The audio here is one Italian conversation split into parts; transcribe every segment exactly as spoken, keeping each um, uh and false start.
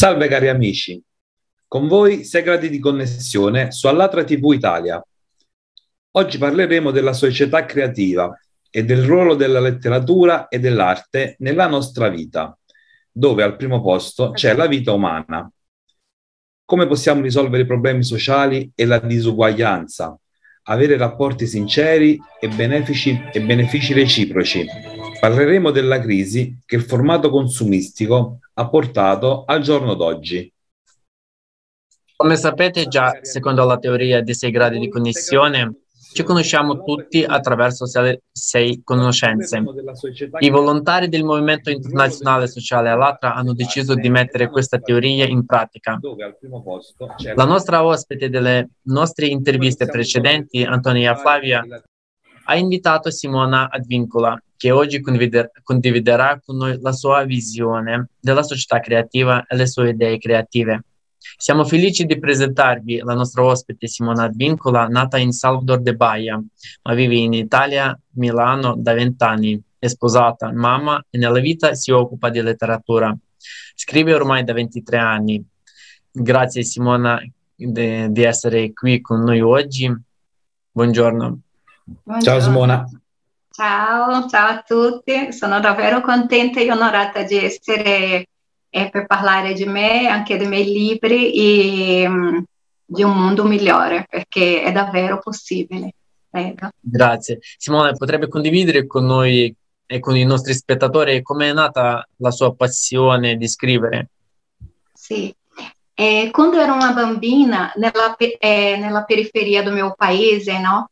Salve cari amici, con voi sei gradi di connessione su Allatra T V Italia. Oggi parleremo della società creativa e del ruolo della letteratura e dell'arte nella nostra vita, dove al primo posto c'è la vita umana. Come possiamo risolvere i problemi sociali e la disuguaglianza, avere rapporti sinceri e benefici, e benefici reciproci. Parleremo della crisi che il formato consumistico ha portato al giorno d'oggi. Come sapete già, secondo la teoria dei sei gradi di connessione, ci conosciamo tutti attraverso se- sei conoscenze. I volontari del Movimento Internazionale Sociale Allatra hanno deciso di mettere questa teoria in pratica. La nostra ospite delle nostre interviste precedenti, Antonia Flavia, ha invitato Simona Advincola, che oggi condivider- condividerà con noi la sua visione della società creativa e le sue idee creative. Siamo felici di presentarvi la nostra ospite Simona Advincola, nata in Salvador de Bahia, ma vive in Italia, Milano da vent'anni. È sposata, mamma e nella vita si occupa di letteratura. Scrive ormai da ventitré anni. Grazie Simona de- di essere qui con noi oggi. Buongiorno. Buongiorno. Ciao Simona. Ciao, ciao a tutti. Sono davvero contenta e onorata di essere eh, per parlare di me, anche dei miei libri e um, di un mondo migliore, perché è davvero possibile. Prego. Grazie. Simona, potrebbe condividere con noi e con i nostri spettatori come è nata la sua passione di scrivere? Sì. Eh, quando ero una bambina, nella, eh, nella periferia del mio paese, no?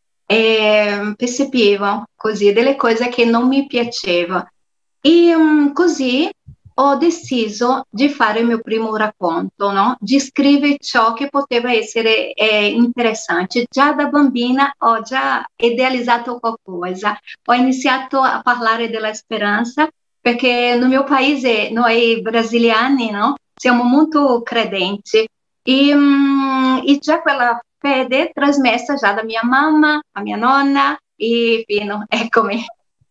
E percepivo così delle cose che non mi piacevano e um, così ho deciso di fare il mio primo racconto, no? Di scrivere ciò che poteva essere eh, interessante. Già da bambina ho già idealizzato qualcosa, ho iniziato a parlare della speranza perché nel mio paese noi brasiliani, no? Siamo molto credenti e, um, e già quella fede trasmessa già da mia mamma, a mia nonna e fino, eccomi.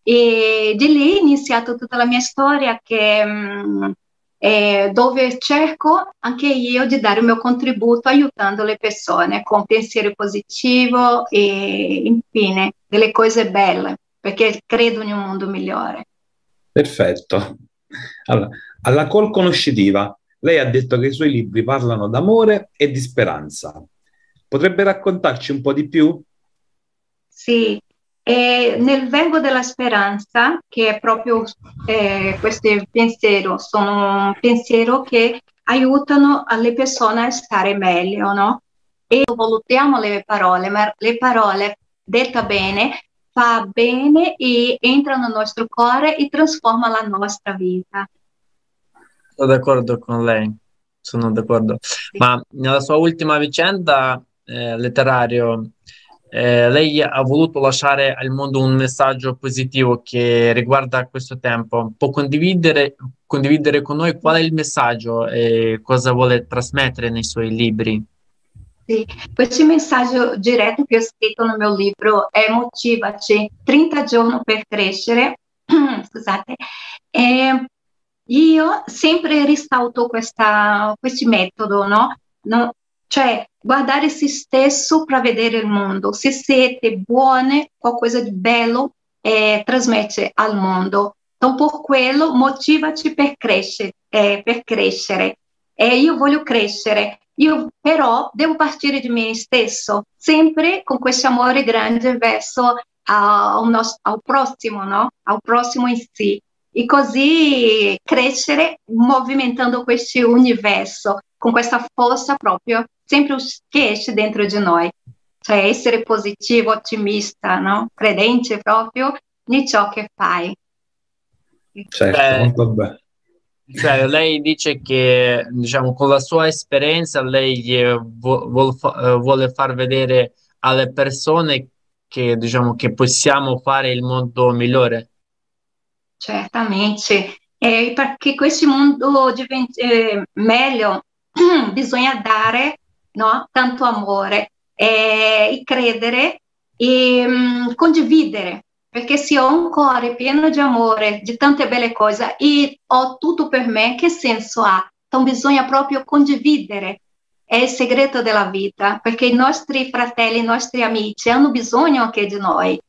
E di lì è iniziata tutta la mia storia che, mh, eh, dove cerco anche io di dare il mio contributo aiutando le persone con pensiero positivo e infine delle cose belle, perché credo in un mondo migliore. Perfetto. Allora, alla Call Conoscitiva, lei ha detto che i suoi libri parlano d'amore e di speranza. Potrebbe raccontarci un po' di più? Sì, e nel Verbo della Speranza, che è proprio eh, questo pensiero, sono un pensiero che aiutano le persone a stare meglio, no? E valutiamo le parole, ma le parole dette bene fa bene e entrano nel nostro cuore e trasforma la nostra vita. Sono d'accordo con lei, sono d'accordo. Sì. Ma nella sua ultima vicenda eh, letterario, eh, lei ha voluto lasciare al mondo un messaggio positivo che riguarda questo tempo. Può condividere, condividere con noi qual è il messaggio e cosa vuole trasmettere nei suoi libri? Sì, questo messaggio diretto che ho scritto nel mio libro è Motivaci, trenta giorni per crescere. Scusate. E io sempre risalto questa, questo metodo, no? No? Cioè, guardare se stesso per vedere il mondo. Se siete buone, qualcosa di bello eh, trasmette al mondo. Então, por quello, motivaci per crescere. Eh, per crescere. E io voglio crescere. Io però devo partire di me stesso, sempre con questo amore grande verso al, nostro, al prossimo, no? Al prossimo in sé. E così crescere movimentando questo universo, con questa forza proprio, sempre che esce dentro di noi. Cioè essere positivo, ottimista, no? Credente proprio in ciò che fai. Certo, Beh, molto bello. cioè, lei dice che, diciamo, con la sua esperienza lei eh, vu- vuol fa- eh, vuole far vedere alle persone che, diciamo, che possiamo fare il mondo migliore. Certamente, e perché questo mondo diventi eh, meglio, bisogna dare, no? Tanto amore eh, e credere e mm, condividere, perché se ho un cuore pieno di amore, di tante belle cose e ho tutto per me, che senso ha Então bisogna proprio condividere. È il segreto della vita, perché i nostri fratelli, i nostri amici hanno bisogno anche di noi.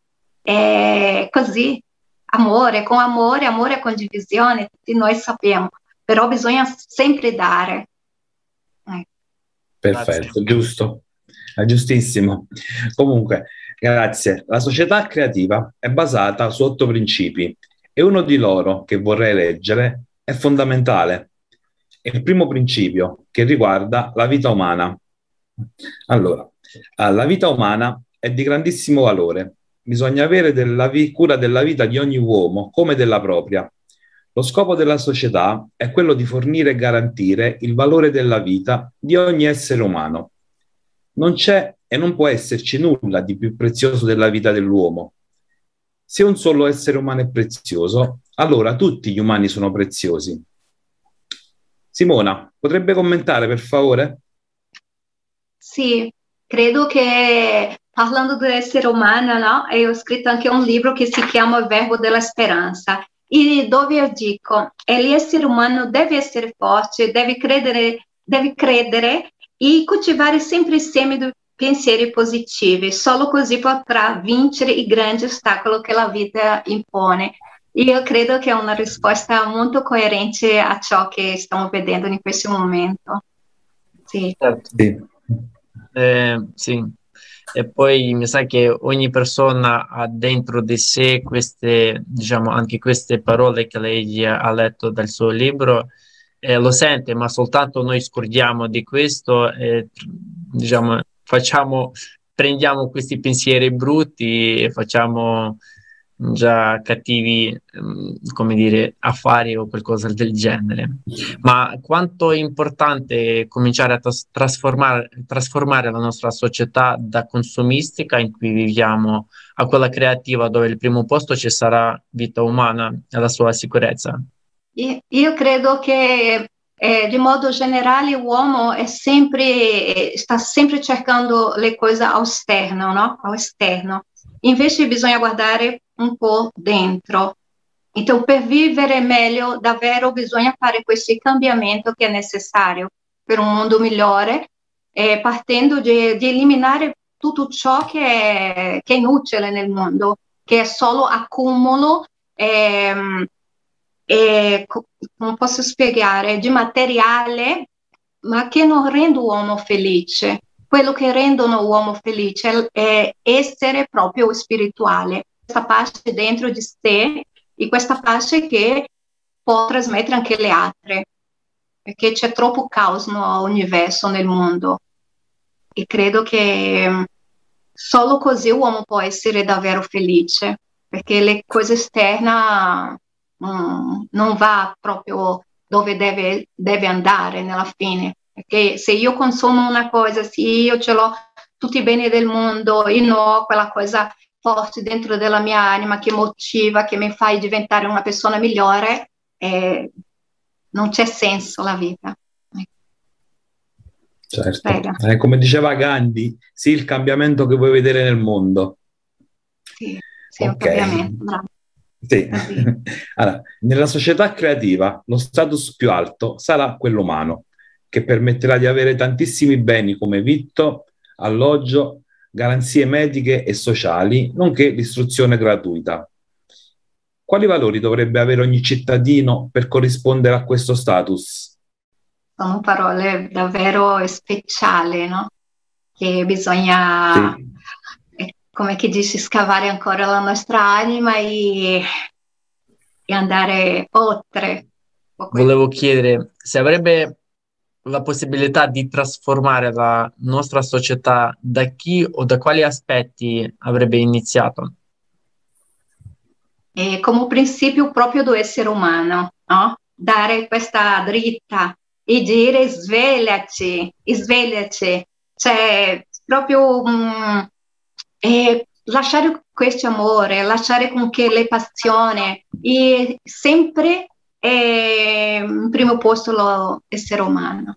È così, amore, con amore, amore e condivisione, tutti noi sappiamo, però bisogna sempre dare. Eh. Perfetto, giusto, è giustissimo. Comunque, grazie. La società creativa è basata su otto principi e uno di loro, che vorrei leggere, è fondamentale. È il primo principio, che riguarda la vita umana. Allora, la vita umana è di grandissimo valore. Bisogna avere della vi- cura della vita di ogni uomo come della propria. Lo scopo della società è quello di fornire e garantire il valore della vita di ogni essere umano. Non c'è e non può esserci nulla di più prezioso della vita dell'uomo. Se un solo essere umano è prezioso, allora tutti gli umani sono preziosi. Simona, potrebbe commentare per favore? Sì, credo che parlando dell'essere umano, no? E ho scritto anche un libro che si chiama Il Verbo della Speranza, e dove io dico che l'essere umano deve essere forte, deve credere, deve credere e coltivare sempre i semi di pensieri positivi, solo così potrà vincere i grandi ostacoli che la vita impone. Io credo che è una risposta molto coerente a ciò che stiamo vedendo in questo momento. Sì. Certo. Sì. Eh, sì. E poi mi sa che ogni persona ha dentro di sé queste, diciamo, anche queste parole che lei ha letto dal suo libro, eh, lo sente, ma soltanto noi scordiamo di questo e, diciamo, facciamo, prendiamo questi pensieri brutti e facciamo già cattivi, ehm, come dire, affari o qualcosa del genere. Ma quanto è importante cominciare a tras- trasformare, trasformare la nostra società da consumistica in cui viviamo a quella creativa dove al primo posto ci sarà vita umana e la sua sicurezza? Io, io credo che eh, di modo generale l'uomo è sempre, sta sempre cercando le cose all'esterno, no? All'esterno. Invece bisogna guardare un po' dentro. Então, per vivere meglio, davvero bisogna fare questo cambiamento che è necessario per un mondo migliore, eh, partendo di, di eliminare tutto ciò che è, che è inutile nel mondo, che è solo accumulo, ehm, e, come posso spiegare, di materiale, ma che non rende l'uomo felice. Quello che rendono l'uomo felice è essere proprio spirituale, questa pace dentro di sé e questa pace che può trasmettere anche le altre, perché c'è troppo caos nell'universo, nel mondo, e credo che solo così l'uomo può essere davvero felice, perché le cose esterne mm, non va proprio dove deve, deve andare nella fine, perché se io consumo una cosa, se io ce l'ho tutti i beni del mondo e non ho quella cosa forte dentro della mia anima che motiva, che mi fa diventare una persona migliore, eh, non c'è senso la vita. Certo, eh, come diceva Gandhi, sì, il cambiamento che vuoi vedere nel mondo. Sì, sì, Ok. un cambiamento, bravo. Sì. Così. Allora, nella società creativa lo status più alto sarà quello umano, che permetterà di avere tantissimi beni come vitto, alloggio, garanzie mediche e sociali, nonché l'istruzione gratuita. Quali valori dovrebbe avere ogni cittadino per corrispondere a questo status? Sono parole davvero speciali, no? Che bisogna, Sì. eh, come che dici, scavare ancora la nostra anima e, e andare oltre. Volevo chiedere se avrebbe la possibilità di trasformare la nostra società, da chi o da quali aspetti avrebbe iniziato? E come principio proprio do essere umano, no? Dare questa dritta e dire svegliati, svegliati, cioè proprio mm, e lasciare questo amore, lasciare con che le passioni e sempre eh, in primo posto l'essere umano.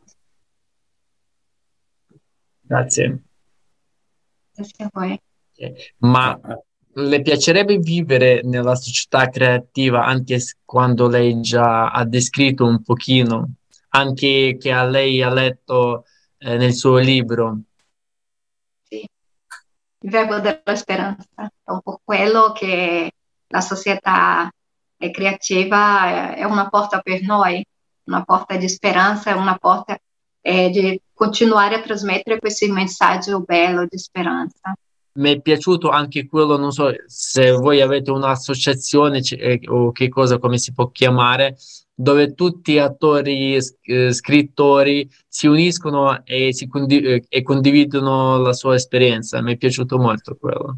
Grazie. Grazie a voi. Ma le piacerebbe vivere nella società creativa anche quando lei già ha descritto un pochino anche che a lei ha letto eh, nel suo libro. Sì, il verbo della speranza è un po' quello che la società è creativa, è una porta per noi, una porta di speranza, è una porta eh, di continuare a trasmettere questo messaggio bello di speranza. Mi è piaciuto anche quello, non so se voi avete un'associazione c- eh, o che cosa, come si può chiamare, dove tutti attori, s- eh, scrittori si uniscono e, si condi- eh, e condividono la sua esperienza. Mi è piaciuto molto quello.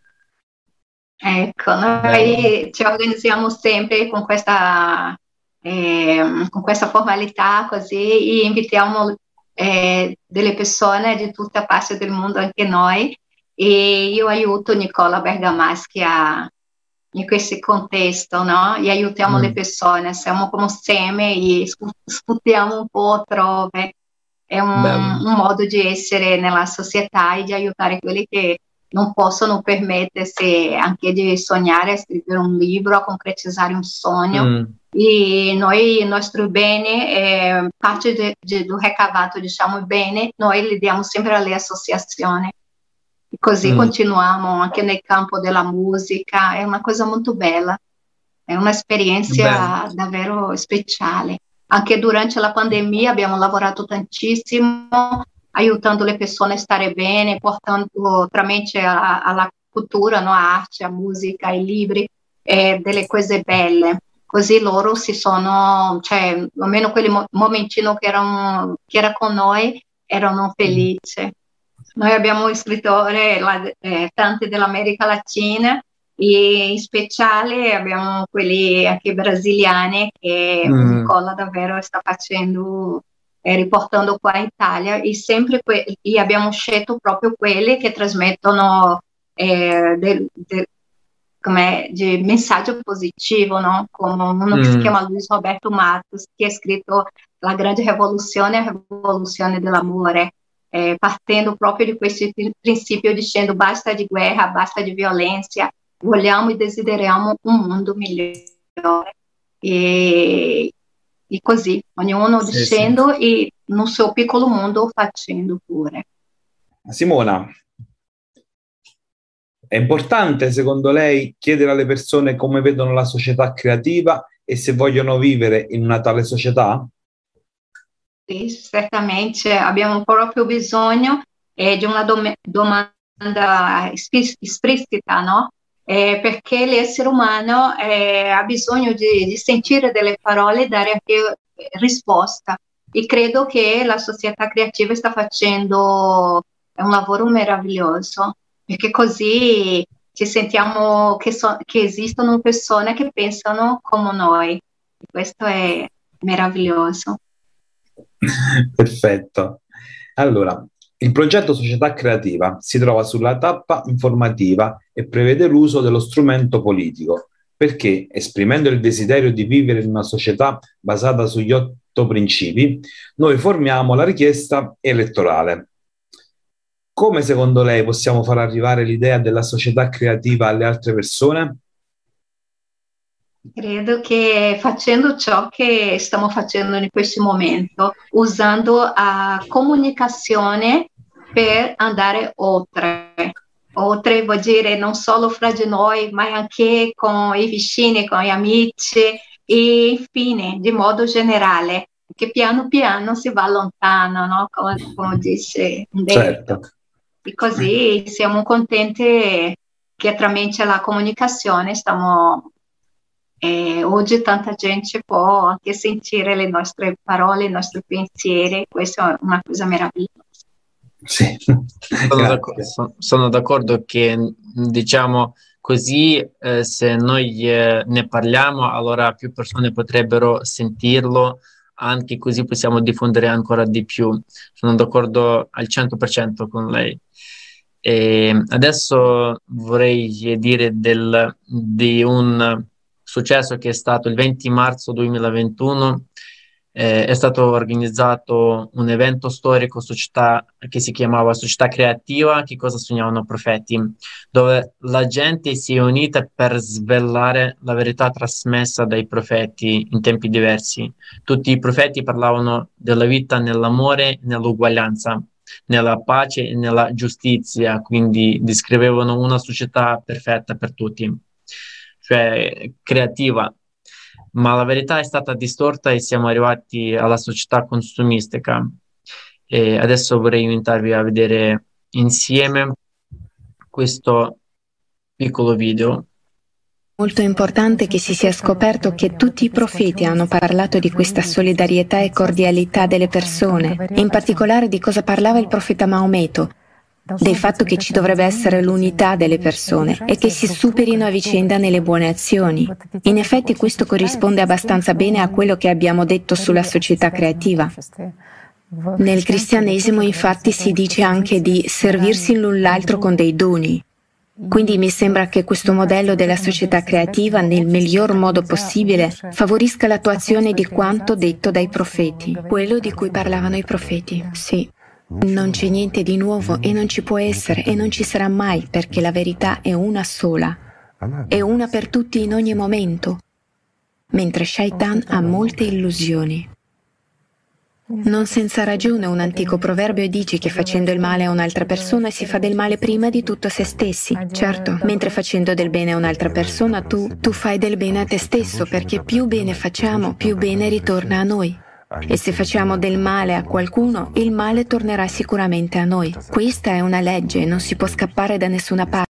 Ecco, Bello. noi ci organizziamo sempre con questa, ehm, con questa formalità così e invitiamo eh, delle persone di tutta parte del mondo, anche noi, e io aiuto Nicola Bergamaschi a, in questo contesto, no? E aiutiamo le Mm, persone, siamo come insieme e scu- sfruttiamo un po' altrove. È un, bello. un modo di essere nella società e di aiutare quelli che non possono permettersi anche di sognare, scrivere un libro, a concretizzare un sogno. Mm, E noi, il nostro bene, eh, parte de, de, do recavato, diciamo, il bene, noi li diamo sempre alle associazioni. E così mm, continuiamo anche nel campo della musica, è una cosa molto bella, è bello. un'esperienza davvero speciale. Anche durante la pandemia abbiamo lavorato tantissimo, aiutando le persone a stare bene, portando tramite a- alla cultura, no? A arte, a musica, ai libri, eh, delle cose belle. Così loro si sono, cioè, almeno quel mo- momentino che, erano, che era con noi, erano felici. Noi abbiamo un scrittore, la- eh, tanti dell'America Latina, e in speciale abbiamo quelli anche brasiliani che Mm, Nicola davvero sta facendo, eh, riportando qua in Italia, e sempre que- e abbiamo scelto proprio quelli che trasmettono eh, del, del- com'è, di messaggio positivo, no? Come uno che si mm, chiama Luis Roberto Matos, che ha scritto La grande rivoluzione, la rivoluzione dell'amore, eh, partendo proprio di questo principio, dicendo basta di guerra, basta di violenza, vogliamo e desideriamo un mondo migliore. E, e così, ognuno sì, sì. dicendo e nel suo piccolo mondo facendo pure. Simona, è importante secondo lei chiedere alle persone come vedono la società creativa e se vogliono vivere in una tale società? Sì, certamente abbiamo proprio bisogno eh, di una dom- domanda espli- esplicita, no? Eh, perché l'essere umano eh, ha bisogno di, di sentire delle parole e dare anche eh, risposta. E credo che la società creativa sta facendo un lavoro meraviglioso, perché così ci sentiamo che, so- che esistono persone che pensano come noi. E questo è meraviglioso. Perfetto. Allora, il progetto Società Creativa si trova sulla tappa informativa e prevede l'uso dello strumento politico, perché, esprimendo il desiderio di vivere in una società basata sugli otto principi, noi formiamo la richiesta elettorale. Come secondo lei possiamo far arrivare l'idea della società creativa alle altre persone? Credo che facendo ciò che stiamo facendo in questo momento, usando la comunicazione per andare oltre. Oltre vuol dire non solo fra di noi, ma anche con i vicini, con gli amici e infine, di modo generale, che piano piano si va lontano, no? Come, come dice un detto. Certo. E così siamo contenti che tramite la comunicazione stiamo e oggi tanta gente può anche sentire le nostre parole, i nostri pensieri, questa è una cosa meravigliosa. Sì, Sono d'acc- grazie. so- sono d'accordo che, mh, diciamo così, eh, se noi eh, ne parliamo, allora più persone potrebbero sentirlo, anche così possiamo diffondere ancora di più. Sono d'accordo al cento per cento con lei. E adesso vorrei dire del- di un successo che è stato il venti marzo duemilaventuno. eh, è stato organizzato un evento storico società, che si chiamava Società Creativa, Che cosa sognavano i profeti, dove la gente si è unita per svelare la verità trasmessa dai profeti in tempi diversi. Tutti i profeti parlavano della vita nell'amore, nell'uguaglianza, nella pace e nella giustizia, quindi descrivevano una società perfetta per tutti, cioè creativa. Ma la verità è stata distorta e siamo arrivati alla società consumistica. E adesso vorrei invitarvi a vedere insieme questo piccolo video. Molto importante che si sia scoperto che tutti i profeti hanno parlato di questa solidarietà e cordialità delle persone, e in particolare di cosa parlava il profeta Maometto, del fatto che ci dovrebbe essere l'unità delle persone e che si superino a vicenda nelle buone azioni. In effetti questo corrisponde abbastanza bene a quello che abbiamo detto sulla società creativa. Nel cristianesimo infatti si dice anche di servirsi l'un l'altro con dei doni. Quindi mi sembra che questo modello della società creativa, nel miglior modo possibile, favorisca l'attuazione di quanto detto dai profeti, quello di cui parlavano i profeti, sì. Non c'è niente di nuovo e non ci può essere e non ci sarà mai, perché la verità è una sola, è una per tutti in ogni momento, mentre Shaitan ha molte illusioni. Non senza ragione un antico proverbio dice che facendo il male a un'altra persona si fa del male prima di tutto a se stessi. Certo, mentre facendo del bene a un'altra persona tu, tu fai del bene a te stesso, perché più bene facciamo, più bene ritorna a noi. E se facciamo del male a qualcuno, il male tornerà sicuramente a noi. Questa è una legge, non si può scappare da nessuna parte.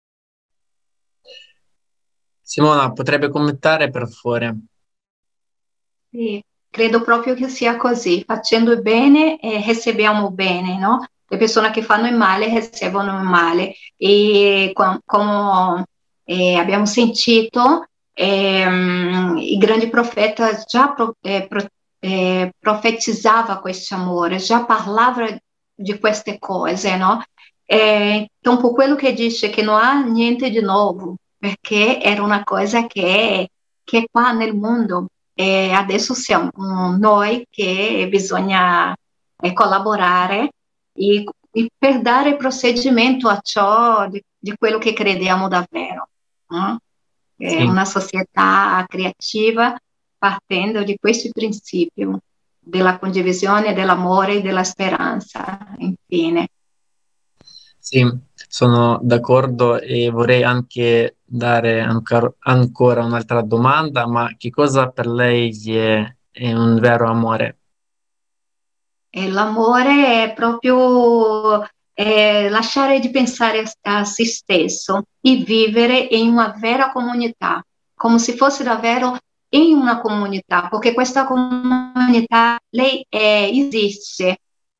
Simona, potrebbe commentare per favore? Sì, credo proprio che sia così. Facendo il bene eh, riceviamo bene, no? Le persone che fanno il male ricevono il male. E com- come eh, abbiamo sentito, ehm, il grande profeta già pro- eh, pro- eh, profetizzava questo amore, già parlava di queste cose, no? Eh, então, por quello che dice che non ha niente di nuovo, perché era una cosa che, che è qua nel mondo. E adesso siamo noi che bisogna eh, collaborare e, e per dare procedimento a ciò di, di quello che crediamo davvero, no? È Sì. una società creativa partendo di questi principi della condivisione, dell'amore e della speranza, infine. Sì, sono d'accordo e vorrei anche dare ancora, ancora un'altra domanda, ma che cosa per lei è, è un vero amore? E l'amore è proprio eh, lasciare di pensare a, a se stesso e vivere in una vera comunità, come se fosse davvero in una comunità, perché questa comunità lei è, esiste.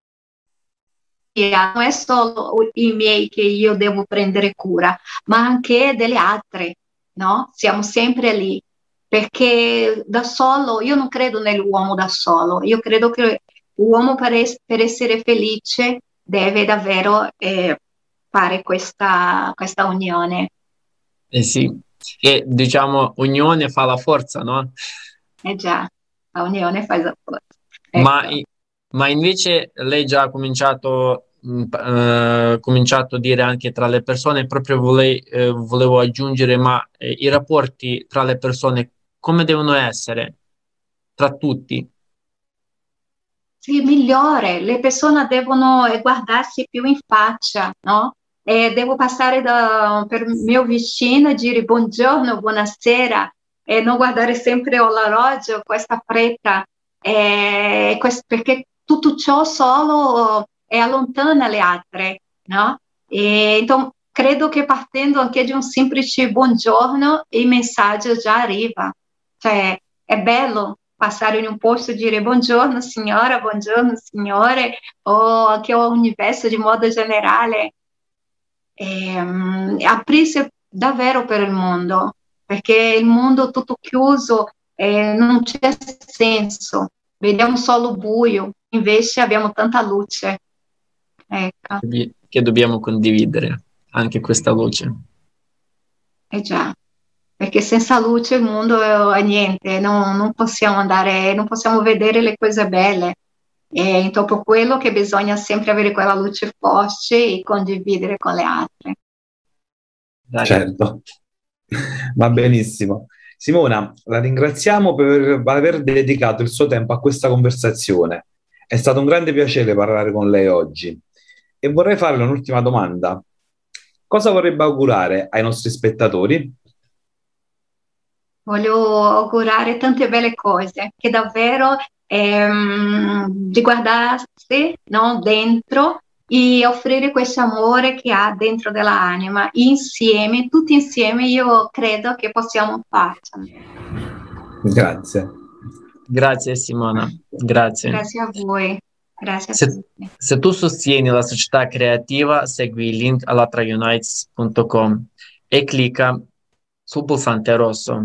Non è solo i miei che io devo prendere cura, ma anche delle altre, no? Siamo sempre lì, perché da solo, io non credo nell'uomo da solo, io credo che l'uomo per, es- per essere felice deve davvero eh, fare questa, questa unione. Eh sì, e diciamo unione fa la forza, no? Eh già, la unione fa la forza. Ma, Ecco. ma invece lei già ha cominciato, mh, eh, cominciato a dire anche tra le persone, proprio vole- eh, volevo aggiungere, ma eh, i rapporti tra le persone come devono essere tra tutti? Sì, migliore, le persone devono eh, guardarsi più in faccia, no? E devo passare da, per il mio vicino e dire buongiorno, buonasera, e non guardare sempre l'orologio, questa fretta, eh, quest- perché tutto ciò solo eh, allontana le altre, no? E, então, credo che partendo anche di un semplice buongiorno, il messaggio già arriva. Cioè, è bello passare in un posto e dire buongiorno signora, buongiorno signore, o anche all'universo di modo generale, e, um, aprirsi davvero per il mondo, perché il mondo tutto chiuso eh, non c'è senso, vediamo solo buio, invece abbiamo tanta luce. Ecco, Che dobbiamo condividere anche questa luce. eh già. perché senza luce il mondo è niente, non, non possiamo andare, non possiamo vedere le cose belle. E então, per quello che bisogna sempre avere quella luce forte e condividere con le altre. Certo, va benissimo. Simona, la ringraziamo per aver dedicato il suo tempo a questa conversazione. È stato un grande piacere parlare con lei oggi. E vorrei farle un'ultima domanda. Cosa vorrebbe augurare ai nostri spettatori? Voglio augurare tante belle cose, che davvero ehm, di guardarsi, no, dentro e offrire questo amore che ha dentro dell'anima. Insieme, tutti insieme, io credo che possiamo farcela. Grazie. Grazie Simona, grazie. Grazie a voi. Grazie a Se, tutti. se tu sostieni la società creativa, segui il link allatraunites punto com e clicca sul pulsante rosso.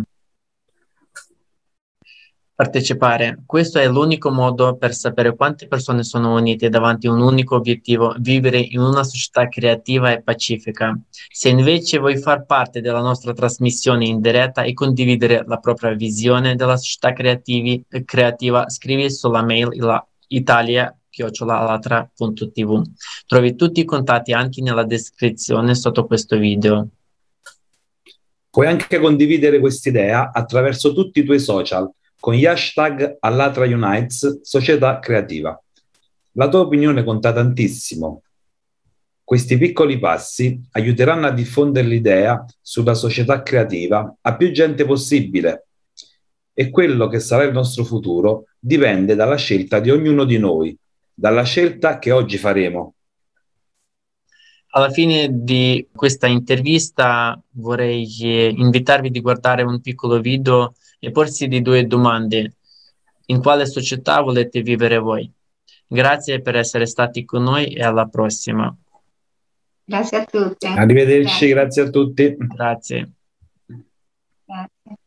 Partecipare. Questo è l'unico modo per sapere quante persone sono unite davanti a un unico obiettivo: vivere in una società creativa e pacifica. Se invece vuoi far parte della nostra trasmissione in diretta e condividere la propria visione della società creativi, creativa, scrivi sulla mail italia chiocciola allatra punto tv. Trovi tutti i contatti anche nella descrizione sotto questo video. Puoi anche condividere quest'idea attraverso tutti i tuoi social con gli hashtag AllatraUnites Società Creativa. La tua opinione conta tantissimo. Questi piccoli passi aiuteranno a diffondere l'idea sulla società creativa a più gente possibile. E quello che sarà il nostro futuro dipende dalla scelta di ognuno di noi, dalla scelta che oggi faremo. Alla fine di questa intervista vorrei invitarvi di guardare un piccolo video e porsi di due domande. In quale società volete vivere voi? Grazie per essere stati con noi e alla prossima. Grazie a tutti. Arrivederci, grazie, grazie a tutti. Grazie. Grazie.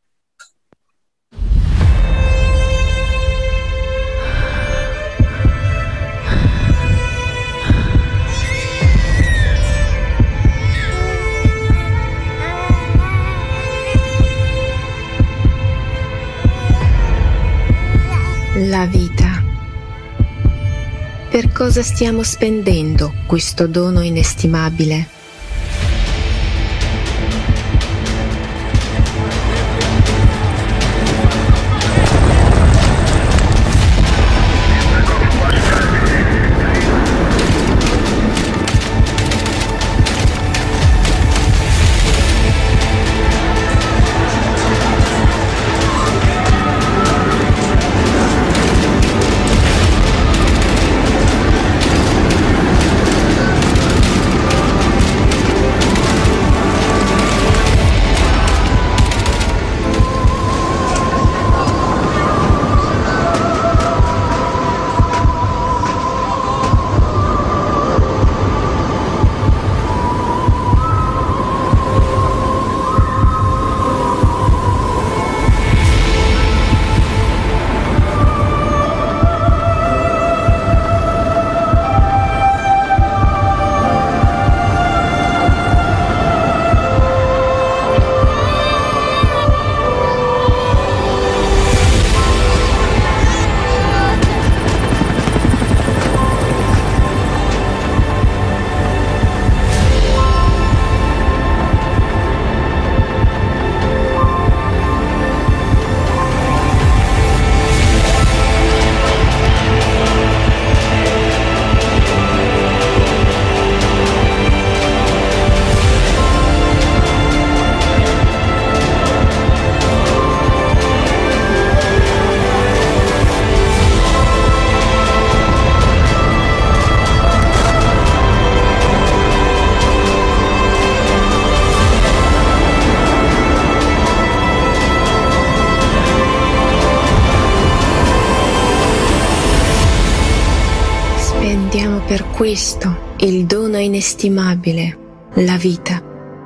La vita. Per cosa stiamo spendendo questo dono inestimabile? Per questo il dono inestimabile, la vita.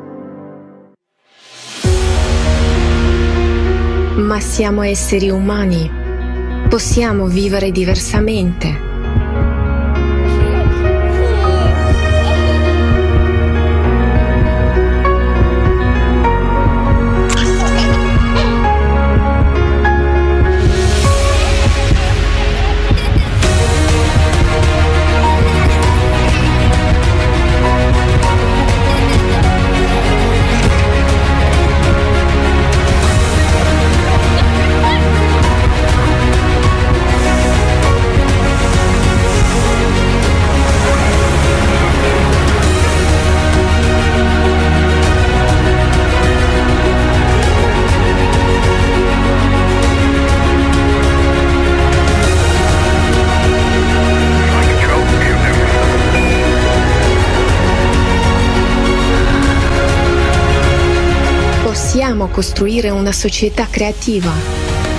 Ma siamo esseri umani, possiamo vivere diversamente. possiamo costruire una società creativa.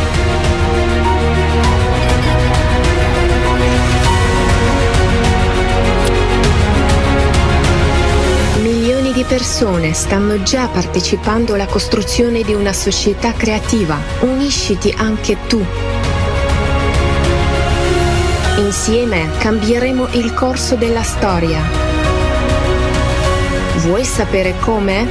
Di persone stanno già partecipando alla costruzione di una società creativa. Unisciti anche tu. Insieme cambieremo il corso della storia. Vuoi sapere come?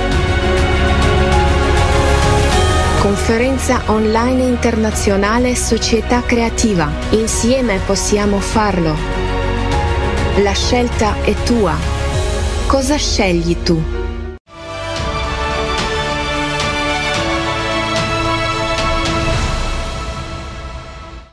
Conferenza online internazionale Società Creativa. Insieme possiamo farlo. La scelta è tua. Cosa scegli tu?